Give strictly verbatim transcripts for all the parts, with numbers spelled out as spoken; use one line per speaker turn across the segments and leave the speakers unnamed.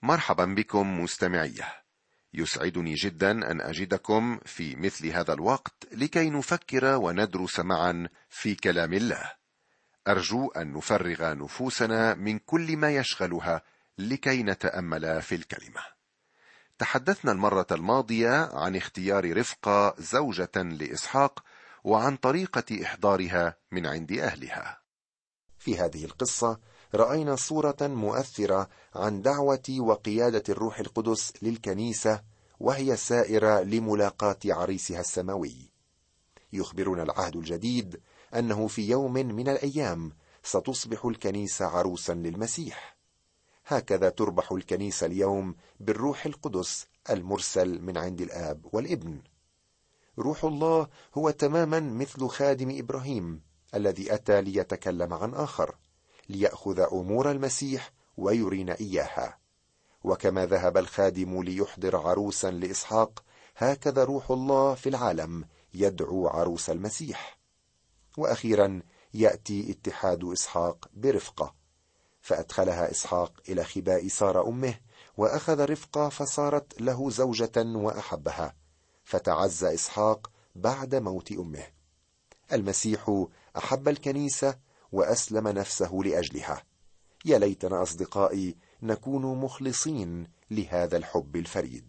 مرحبا بكم مستمعيه. يسعدني جدا أن أجدكم في مثل هذا الوقت لكي نفكر وندرس معا في كلام الله. أرجو أن نفرغ نفوسنا من كل ما يشغلها لكي نتأمل في الكلمة. تحدثنا المرة الماضية عن اختيار رفقة زوجة لإسحاق وعن طريقة إحضارها من عند أهلها.
في هذه القصة رأينا صورة مؤثرة عن دعوة وقيادة الروح القدس للكنيسة وهي سائرة لملاقاة عريسها السماوي. يخبرنا العهد الجديد أنه في يوم من الأيام ستصبح الكنيسة عروسا للمسيح. هكذا تربح الكنيسة اليوم بالروح القدس المرسل من عند الآب والابن. روح الله هو تماما مثل خادم إبراهيم الذي أتى ليتكلم عن آخر، ليأخذ أمور المسيح ويرينا إياها. وكما ذهب الخادم ليحضر عروسا لإسحاق، هكذا روح الله في العالم يدعو عروس المسيح. وأخيرا يأتي اتحاد إسحاق برفقة، فأدخلها إسحاق إلى خباء سارة أمه، وأخذ رفقة فصارت له زوجة وأحبها، فتعزى إسحاق بعد موت أمه. المسيح أحب الكنيسة وأسلم نفسه لأجلها. يا ليتنا أصدقائي نكون مخلصين لهذا الحب الفريد.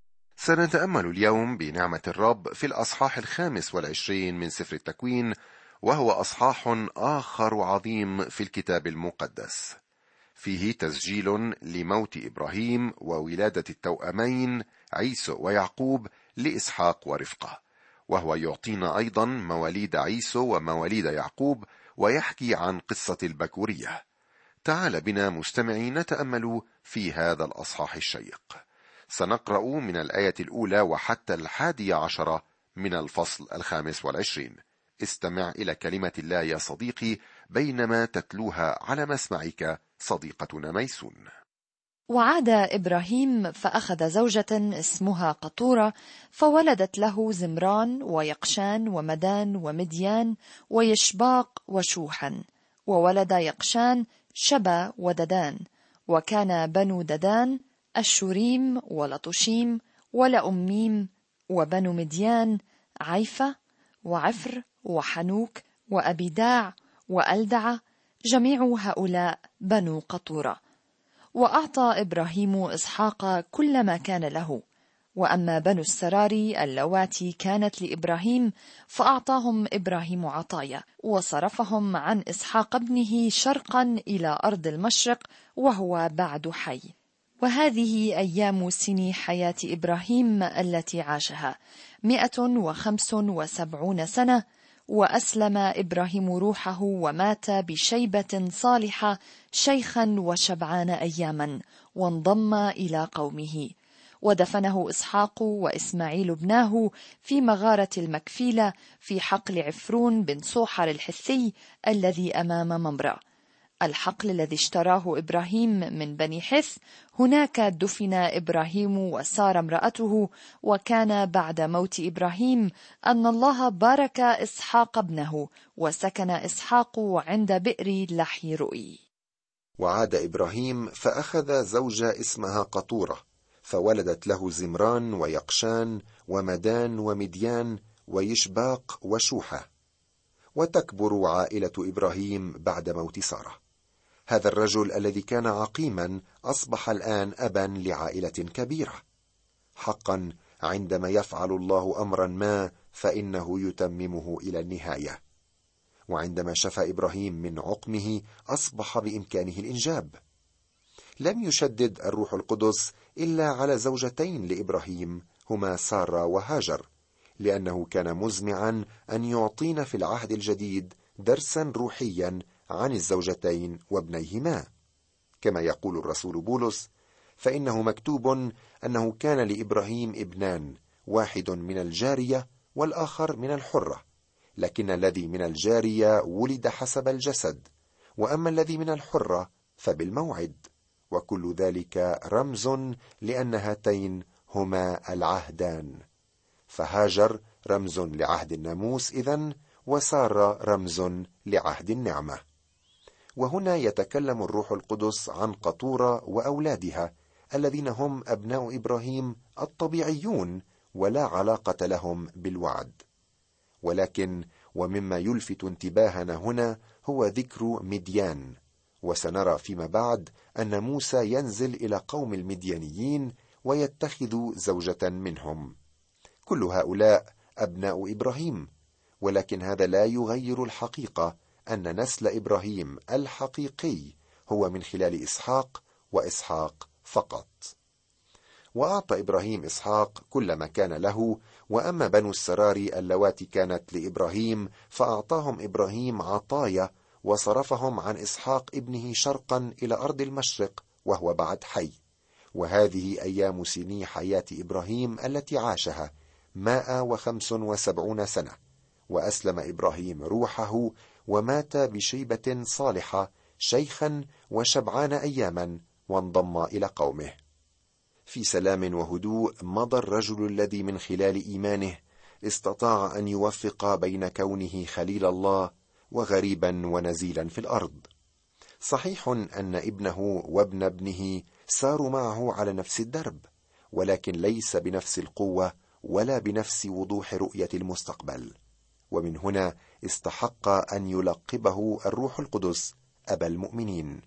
سنتأمل اليوم بنعمة الرب في الأصحاح الخامس والعشرين من سفر التكوين، وهو أصحاح آخر عظيم في الكتاب المقدس. فيه تسجيل لموت إبراهيم وولادة التوأمين عيسو ويعقوب لإسحاق ورفقة، وهو يعطينا أيضا مواليد عيسو ومواليد يعقوب، ويحكي عن قصة البكورية. تعال بنا مستمعي نتأمل في هذا الأصحاح الشيق. سنقرأ من الآية الأولى وحتى الحادية عشرة من الفصل الخامس والعشرين. استمع إلى كلمة الله يا صديقي بينما تتلوها على مسمعك صديقتنا ميسون.
وعاد إبراهيم فأخذ زوجة اسمها قطورة، فولدت له زمران ويقشان ومدان ومديان ويشباق وشوحا. وولد يقشان شبا وددان. وكان بنو ددان الشوريم ولطشيم ولأميم. وبنو مديان عيفة وعفر وحنوك وأبيداع وألدعة، جميع هؤلاء بنو قطورة. وأعطى إبراهيم إسحاق كل ما كان له. وأما بنو السراري اللواتي كانت لإبراهيم فأعطاهم إبراهيم عطايا، وصرفهم عن إسحاق ابنه شرقا إلى أرض المشرق، وهو بعد حي. وهذه أيام سني حياة إبراهيم التي عاشها مئة وخمس وسبعون سنة. وأسلم إبراهيم روحه ومات بشيبة صالحة شيخا وشبعان أياما، وانضم إلى قومه. ودفنه إسحاق وإسماعيل ابناه في مغارة المكفيلة في حقل عفرون بن صوحر الحثي الذي أمام ممرة، الحقل الذي اشتراه إبراهيم من بني حث. هناك دفن إبراهيم وسارة امرأته. وكان بعد موت إبراهيم أن الله بارك إسحاق ابنه، وسكن إسحاق عند بئر لحي رؤي.
وعاد إبراهيم فأخذ زوجة اسمها قطورة، فولدت له زمران ويقشان ومدان ومديان ويشباق وشوحة. وتكبر عائلة إبراهيم بعد موت سارة. هذا الرجل الذي كان عقيما أصبح الآن أبا لعائلة كبيرة. حقا عندما يفعل الله أمرا ما فإنه يتممه إلى النهاية. وعندما شفى إبراهيم من عقمه أصبح بإمكانه الإنجاب. لم يشدد الروح القدس إلا على زوجتين لإبراهيم هما سارة وهاجر، لأنه كان مزمعا أن يعطينا في العهد الجديد درسا روحيا عن الزوجتين وابنيهما. كما يقول الرسول بولس: فإنه مكتوب أنه كان لإبراهيم ابنان، واحد من الجارية والآخر من الحرة، لكن الذي من الجارية ولد حسب الجسد، وأما الذي من الحرة فبالموعد. وكل ذلك رمز لأن هاتين هما العهدان. فهاجر رمز لعهد الناموس إذن، وسارة رمز لعهد النعمة. وهنا يتكلم الروح القدس عن قطورة وأولادها الذين هم أبناء إبراهيم الطبيعيون ولا علاقة لهم بالوعد. ولكن ومما يلفت انتباهنا هنا هو ذكر مديان، وسنرى فيما بعد أن موسى ينزل إلى قوم المديانيين ويتخذ زوجة منهم. كل هؤلاء أبناء إبراهيم، ولكن هذا لا يغير الحقيقة أن نسل إبراهيم الحقيقي هو من خلال إسحاق، وإسحاق فقط. وأعطى إبراهيم إسحاق كل ما كان له. وأما بنو السراري اللواتي كانت لإبراهيم فأعطاهم إبراهيم عطايا، وصرفهم عن إسحاق ابنه شرقا إلى أرض المشرق وهو بعد حي. وهذه أيام سني حياة إبراهيم التي عاشها مائة وخمس وسبعون سنة. وأسلم إبراهيم روحه ومات بشيبة صالحة شيخا وشبعان أياما، وانضم إلى قومه. في سلام وهدوء مضى الرجل الذي من خلال إيمانه استطاع أن يوفق بين كونه خليل الله وغريبا ونزيلا في الأرض. صحيح أن ابنه وابن ابنه ساروا معه على نفس الدرب، ولكن ليس بنفس القوة ولا بنفس وضوح رؤية المستقبل. ومن هنا استحق أن يلقبه الروح القدس أبا المؤمنين.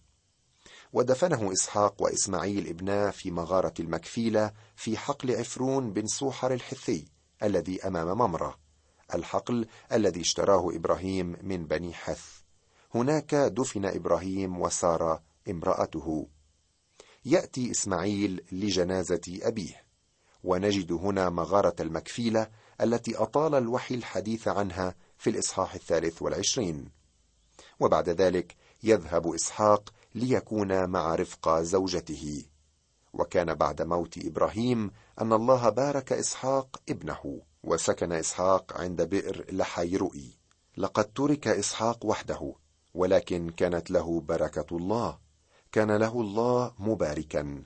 ودفنه إسحاق وإسماعيل ابناه في مغارة المكفيلة في حقل عفرون بن سوحر الحثي الذي أمام ممرة، الحقل الذي اشتراه إبراهيم من بني حث. هناك دفن إبراهيم وسارة امرأته. يأتي إسماعيل لجنازة أبيه، ونجد هنا مغارة المكفيلة التي أطال الوحي الحديث عنها في الإصحاح الثالث والعشرين. وبعد ذلك يذهب إسحاق ليكون مع رفقة زوجته. وكان بعد موت إبراهيم أن الله بارك إسحاق ابنه، وسكن إسحاق عند بئر لحي رؤي. لقد ترك إسحاق وحده، ولكن كانت له بركة الله، كان له الله مباركا.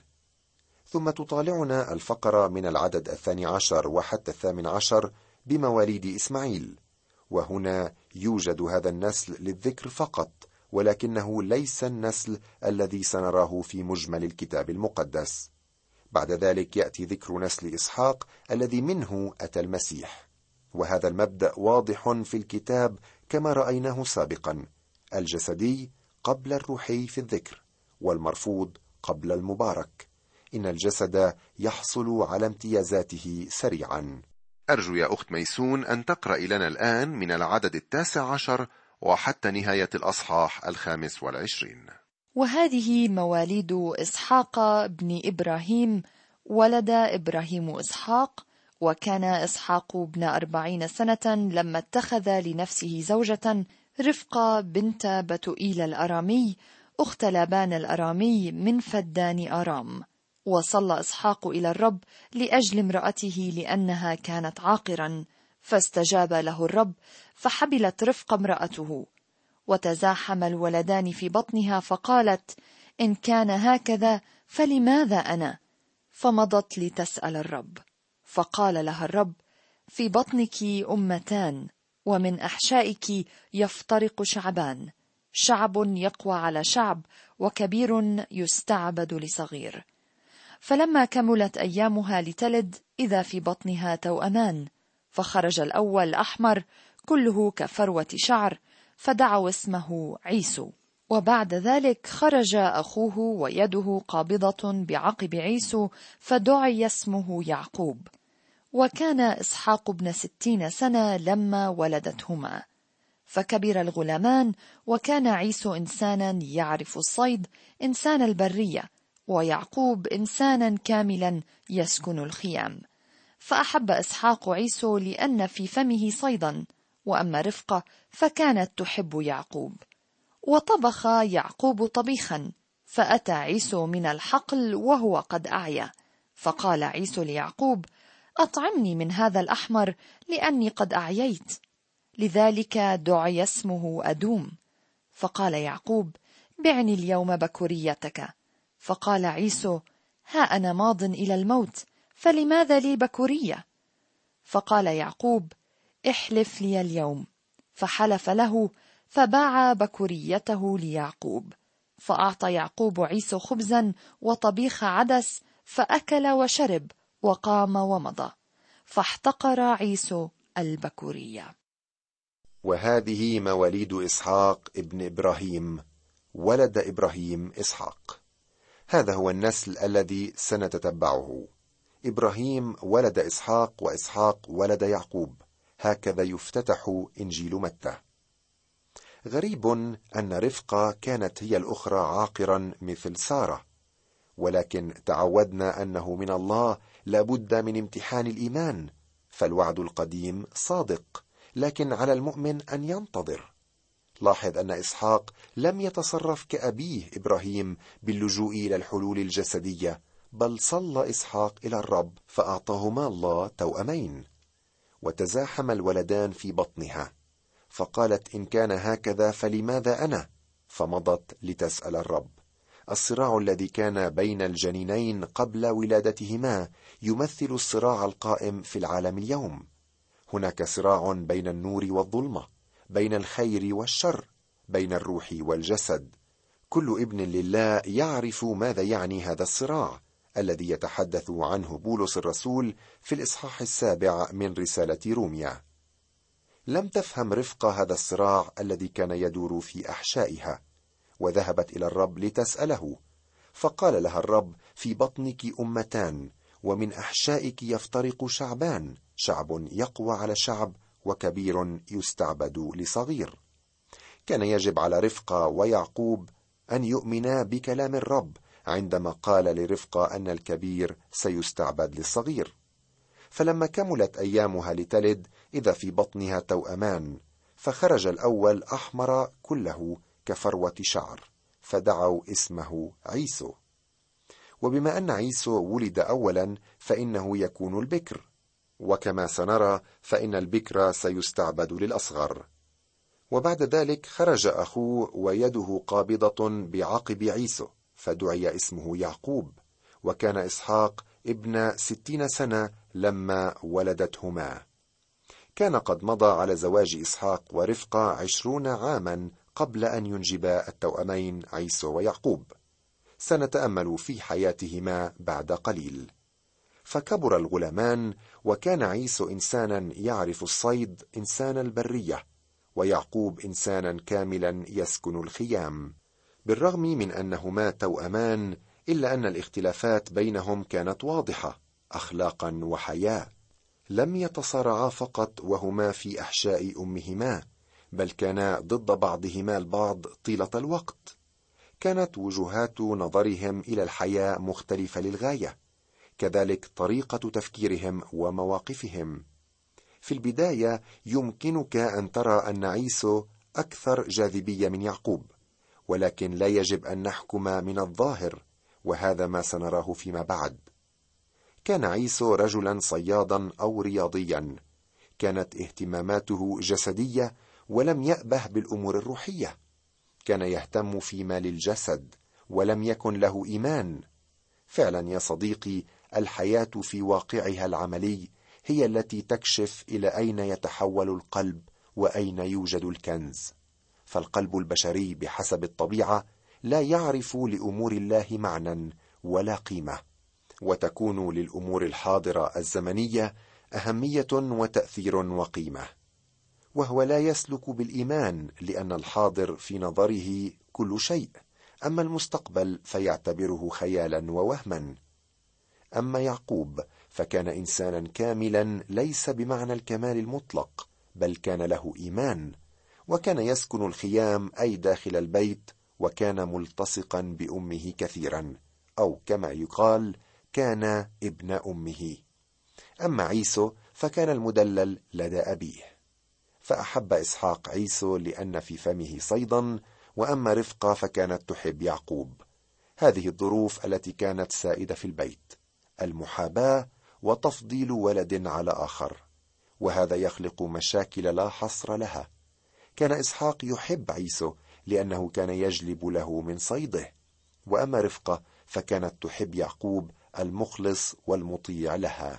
ثم تطالعنا الفقرة من العدد الثاني عشر وحتى الثامن عشر بمواليد إسماعيل. وهنا يوجد هذا النسل للذكر فقط، ولكنه ليس النسل الذي سنراه في مجمل الكتاب المقدس. بعد ذلك يأتي ذكر نسل إسحاق الذي منه أتى المسيح. وهذا المبدأ واضح في الكتاب كما رأيناه سابقا: الجسدي قبل الروحي في الذكر، والمرفوض قبل المبارك. إن الجسد يحصل على امتيازاته سريعا.
أرجو يا أخت ميسون أن تقرأ لنا الآن من العدد التاسع عشر وحتى نهاية الأصحاح الخامس والعشرين.
وهذه مواليد إسحاق بن إبراهيم. ولد إبراهيم إسحاق، وكان إسحاق ابن أربعين سنة لما اتخذ لنفسه زوجة، رفقة بنت بتوئيل الأرامي أخت لابان الأرامي من فدان أرام. وصلى إسحاق إلى الرب لأجل امرأته لأنها كانت عاقرا، فاستجاب له الرب، فحبلت رفقة امرأته. وتزاحم الولدان في بطنها، فقالت: إن كان هكذا فلماذا أنا؟ فمضت لتسأل الرب. فقال لها الرب: في بطنك أمتان، ومن أحشائك يفترق شعبان، شعب يقوى على شعب، وكبير يستعبد لصغير. فلما كملت أيامها لتلد، إذا في بطنها توأمان، فخرج الأول أحمر كله كفروة شعر، فدعوا اسمه عيسو. وبعد ذلك خرج أخوه ويده قابضة بعقب عيسو، فدعي اسمه يعقوب. وكان إسحاق ابن ستين سنة لما ولدتهما. فكبر الغلامان، وكان عيسو إنسانا يعرف الصيد، إنسان البرية، ويعقوب إنسانا كاملا يسكن الخيام. فأحب إسحاق عيسو لأن في فمه صيدا، وأما رفقة فكانت تحب يعقوب. وطبخ يعقوب طبيخا، فأتى عيسو من الحقل وهو قد أعيا، فقال عيسو ليعقوب: أطعمني من هذا الأحمر لأني قد أعييت. لذلك دعي اسمه أدوم. فقال يعقوب: بعني اليوم بكوريتك. فقال عيسو: ها أنا ماض إلى الموت، فلماذا لي بكورية؟ فقال يعقوب: احلف لي اليوم. فحلف له، فباع بكوريته ليعقوب. فأعطى يعقوب عيسو خبزا وطبيخ عدس، فأكل وشرب وقام ومضى، فاحتقر عيسو البكورية.
وهذه مواليد إسحاق ابن إبراهيم، ولد إبراهيم إسحاق. هذا هو النسل الذي سنتتبعه. إبراهيم ولد إسحاق، وإسحاق ولد يعقوب. هكذا يفتتح إنجيل متى. غريب أن رفقة كانت هي الأخرى عاقرا مثل سارة، ولكن تعودنا أنه من الله لابد من امتحان الإيمان، فالوعد القديم صادق، لكن على المؤمن أن ينتظر. لاحظ أن إسحاق لم يتصرف كأبيه إبراهيم باللجوء إلى الحلول الجسدية، بل صلى إسحاق إلى الرب فأعطاهما الله توأمين. وتزاحم الولدان في بطنها، فقالت: إن كان هكذا فلماذا أنا؟ فمضت لتسأل الرب. الصراع الذي كان بين الجنينين قبل ولادتهما يمثل الصراع القائم في العالم اليوم. هناك صراع بين النور والظلمة، بين الخير والشر، بين الروح والجسد. كل ابن لله يعرف ماذا يعني هذا الصراع الذي يتحدث عنه بولس الرسول في الإصحاح السابع من رسالة روميا. لم تفهم رفقة هذا الصراع الذي كان يدور في أحشائها، وذهبت إلى الرب لتسأله، فقال لها الرب: في بطنك أمتان، ومن أحشائك يفترق شعبان، شعب يقوى على شعب، وكبير يستعبد لصغير. كان يجب على رفقة ويعقوب أن يؤمنا بكلام الرب عندما قال لرفقة أن الكبير سيستعبد للصغير. فلما كملت أيامها لتلد، إذا في بطنها توأمان، فخرج الأول أحمر كله كفروة شعر، فدعوا اسمه عيسو. وبما أن عيسو ولد أولا فإنه يكون البكر، وكما سنرى فإن البكر سيستعبد للأصغر. وبعد ذلك خرج أخوه ويده قابضة بعقب عيسو، فدعي اسمه يعقوب. وكان إسحاق ابن ستين سنة لما ولدتهما. كان قد مضى على زواج إسحاق ورفقة عشرون عاما قبل أن ينجبا التوأمين عيسو ويعقوب. سنتأمل في حياتهما بعد قليل. فكبر الغلامان، وكان عيسو إنسانا يعرف الصيد، إنسان البرية، ويعقوب إنسانا كاملا يسكن الخيام. بالرغم من أنهما توأمان، إلا أن الاختلافات بينهم كانت واضحة، أخلاقا وحياة. لم يتصارعا فقط وهما في أحشاء أمهما، بل كانا ضد بعضهما البعض طيلة الوقت. كانت وجهات نظرهم إلى الحياة مختلفة للغاية، كذلك طريقة تفكيرهم ومواقفهم. في البداية يمكنك أن ترى أن عيسو أكثر جاذبية من يعقوب، ولكن لا يجب أن نحكم من الظاهر، وهذا ما سنراه فيما بعد. كان عيسو رجلا صيادا أو رياضيا، كانت اهتماماته جسدية ولم يأبه بالأمور الروحية. كان يهتم فيما للجسد ولم يكن له إيمان. فعلا يا صديقي، الحياة في واقعها العملي هي التي تكشف إلى أين يتحول القلب وأين يوجد الكنز. فالقلب البشري بحسب الطبيعة لا يعرف لأمور الله معنى ولا قيمة، وتكون للأمور الحاضرة الزمنية أهمية وتأثير وقيمة، وهو لا يسلك بالإيمان، لأن الحاضر في نظره كل شيء، أما المستقبل فيعتبره خيالا ووهما. أما يعقوب فكان إنسانا كاملا، ليس بمعنى الكمال المطلق، بل كان له إيمان، وكان يسكن الخيام أي داخل البيت، وكان ملتصقا بأمه كثيرا، أو كما يقال كان ابن أمه. أما عيسو فكان المدلل لدى أبيه. فأحب إسحاق عيسو لأن في فمه صيدا، وأما رفقة فكانت تحب يعقوب. هذه الظروف التي كانت سائدة في البيت، المحاباة وتفضيل ولد على آخر، وهذا يخلق مشاكل لا حصر لها. كان إسحاق يحب عيسو لأنه كان يجلب له من صيده، وأما رفقة فكانت تحب يعقوب المخلص والمطيع لها.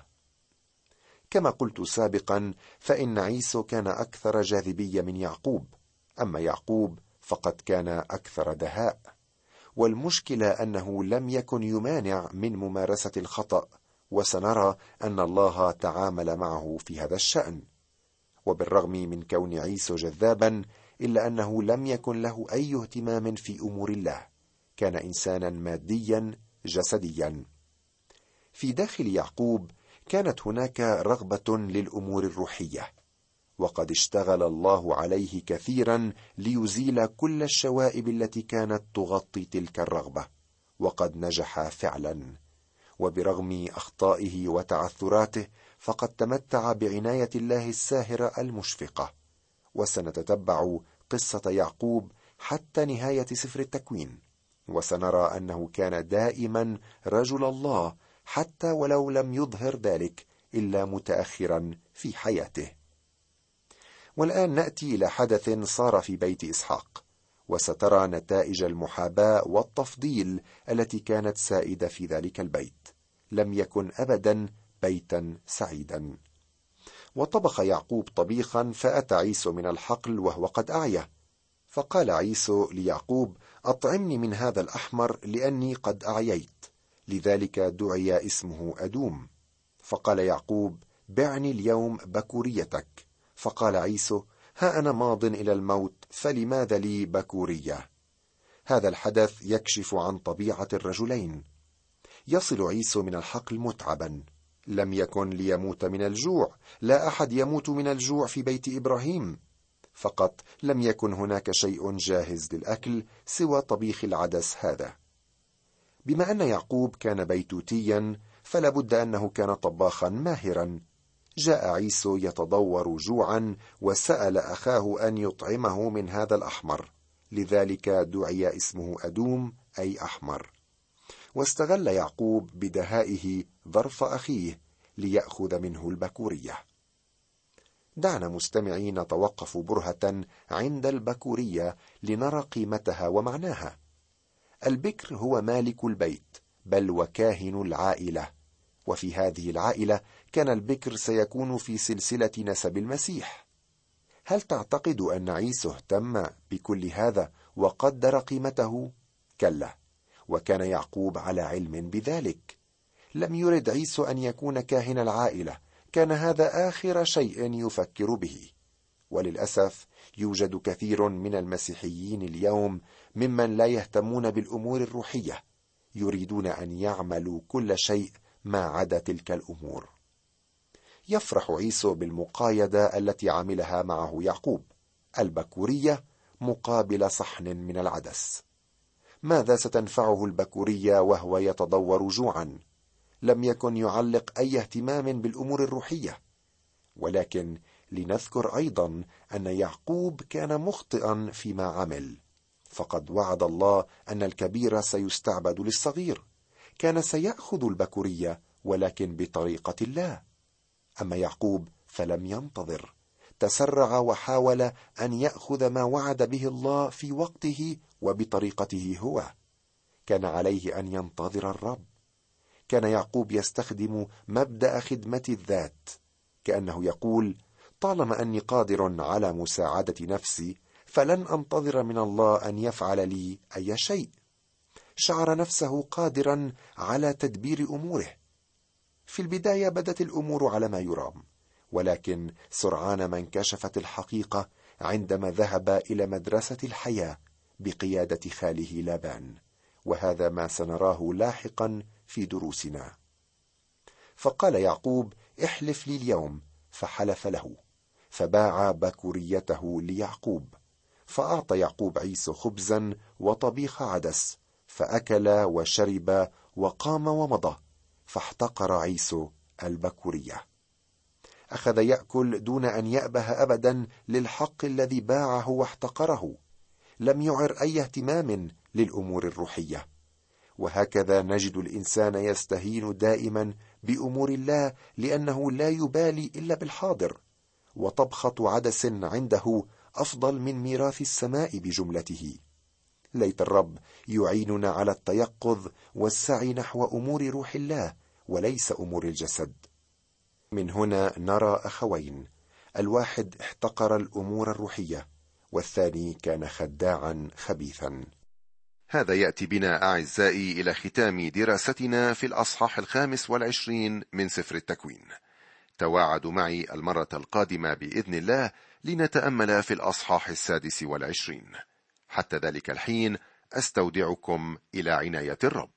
كما قلت سابقا، فإن عيسو كان أكثر جاذبية من يعقوب، أما يعقوب فقد كان أكثر دهاء. والمشكلة أنه لم يكن يمانع من ممارسة الخطأ، وسنرى أن الله تعامل معه في هذا الشأن. وبالرغم من كون عيسو جذابا، إلا أنه لم يكن له أي اهتمام في أمور الله، كان إنسانا ماديا جسديا. في داخل يعقوب كانت هناك رغبة للأمور الروحية، وقد اشتغل الله عليه كثيرا ليزيل كل الشوائب التي كانت تغطي تلك الرغبة، وقد نجح فعلا. وبرغم أخطائه وتعثراته فقد تمتع بعناية الله الساهرة المشفقة. وسنتتبع قصة يعقوب حتى نهاية سفر التكوين، وسنرى أنه كان دائما رجل الله، حتى ولو لم يظهر ذلك إلا متأخرا في حياته. والآن نأتي إلى حدث صار في بيت إسحاق، وسترى نتائج المحاباة والتفضيل التي كانت سائدة في ذلك البيت. لم يكن أبدا بيتا سعيدا. وطبخ يعقوب طبيخا، فأتى عيسو من الحقل وهو قد أعيا، فقال عيسو ليعقوب: أطعمني من هذا الأحمر لأني قد أعييت، لذلك دعي اسمه أدوم. فقال يعقوب: بعني اليوم بكوريتك. فقال عيسو: ها أنا ماض إلى الموت، فلماذا لي بكورية؟ هذا الحدث يكشف عن طبيعة الرجلين. يصل عيسو من الحقل متعبا، لم يكن ليموت من الجوع، لا أحد يموت من الجوع في بيت إبراهيم، فقط لم يكن هناك شيء جاهز للأكل سوى طبيخ العدس هذا. بما أن يعقوب كان بيتوتيا فلابد أنه كان طباخا ماهرا. جاء عيسو يتضور جوعا وسأل أخاه أن يطعمه من هذا الأحمر، لذلك دعي اسمه أدوم أي أحمر. واستغل يعقوب بدهائه ظرف أخيه ليأخذ منه البكورية. دعنا مستمعين نتوقف برهة عند البكورية لنرى قيمتها ومعناها. البكر هو مالك البيت، بل وكاهن العائلة، وفي هذه العائلة كان البكر سيكون في سلسلة نسب المسيح. هل تعتقد أن عيسو اهتم بكل هذا وقدر قيمته؟ كلا، وكان يعقوب على علم بذلك. لم يرد عيسو أن يكون كاهن العائلة، كان هذا آخر شيء يفكر به. وللأسف يوجد كثير من المسيحيين اليوم ممن لا يهتمون بالأمور الروحية، يريدون أن يعملوا كل شيء ما عدا تلك الأمور. يفرح عيسو بالمقايدة التي عملها معه يعقوب، البكورية مقابل صحن من العدس. ماذا ستنفعه البكورية وهو يتضور جوعا؟ لم يكن يعلق أي اهتمام بالأمور الروحية. ولكن لنذكر أيضا أن يعقوب كان مخطئا فيما عمل، فقد وعد الله أن الكبير سيستعبد للصغير. كان سيأخذ البكورية ولكن بطريقة الله. أما يعقوب فلم ينتظر، تسرع وحاول أن يأخذ ما وعد به الله في وقته وبطريقته هو. كان عليه أن ينتظر الرب. كان يعقوب يستخدم مبدأ خدمة الذات، كأنه يقول: طالما أني قادر على مساعدة نفسي فلن أنتظر من الله أن يفعل لي أي شيء. شعر نفسه قادرا على تدبير أموره. في البداية بدت الأمور على ما يرام، ولكن سرعان ما انكشفت الحقيقة عندما ذهب إلى مدرسة الحياة بقيادة خاله لابان، وهذا ما سنراه لاحقا في دروسنا. فقال يعقوب: احلف لي اليوم، فحلف له، فباع بكوريته ليعقوب. فأعطى يعقوب عيسو خبزا وطبيخ عدس، فأكل وشرب وقام ومضى، فاحتقر عيسو البكورية. أخذ يأكل دون أن يأبه أبدا للحق الذي باعه واحتقره. لم يعر أي اهتمام للأمور الروحية. وهكذا نجد الإنسان يستهين دائما بأمور الله لأنه لا يبالي إلا بالحاضر، وطبخة عدس عنده أفضل من ميراث السماء بجملته. ليت الرب يعيننا على التيقظ والسعي نحو أمور روح الله وليس أمور الجسد. من هنا نرى أخوين، الواحد احتقر الأمور الروحية، والثاني كان خداعا خبيثا.
هذا يأتي بنا أعزائي إلى ختام دراستنا في الأصحاح الخامس والعشرين من سفر التكوين. تواعدوا معي المرة القادمة بإذن الله لنتأمل في الأصحاح السادس والعشرين. حتى ذلك الحين أستودعكم إلى عناية الرب.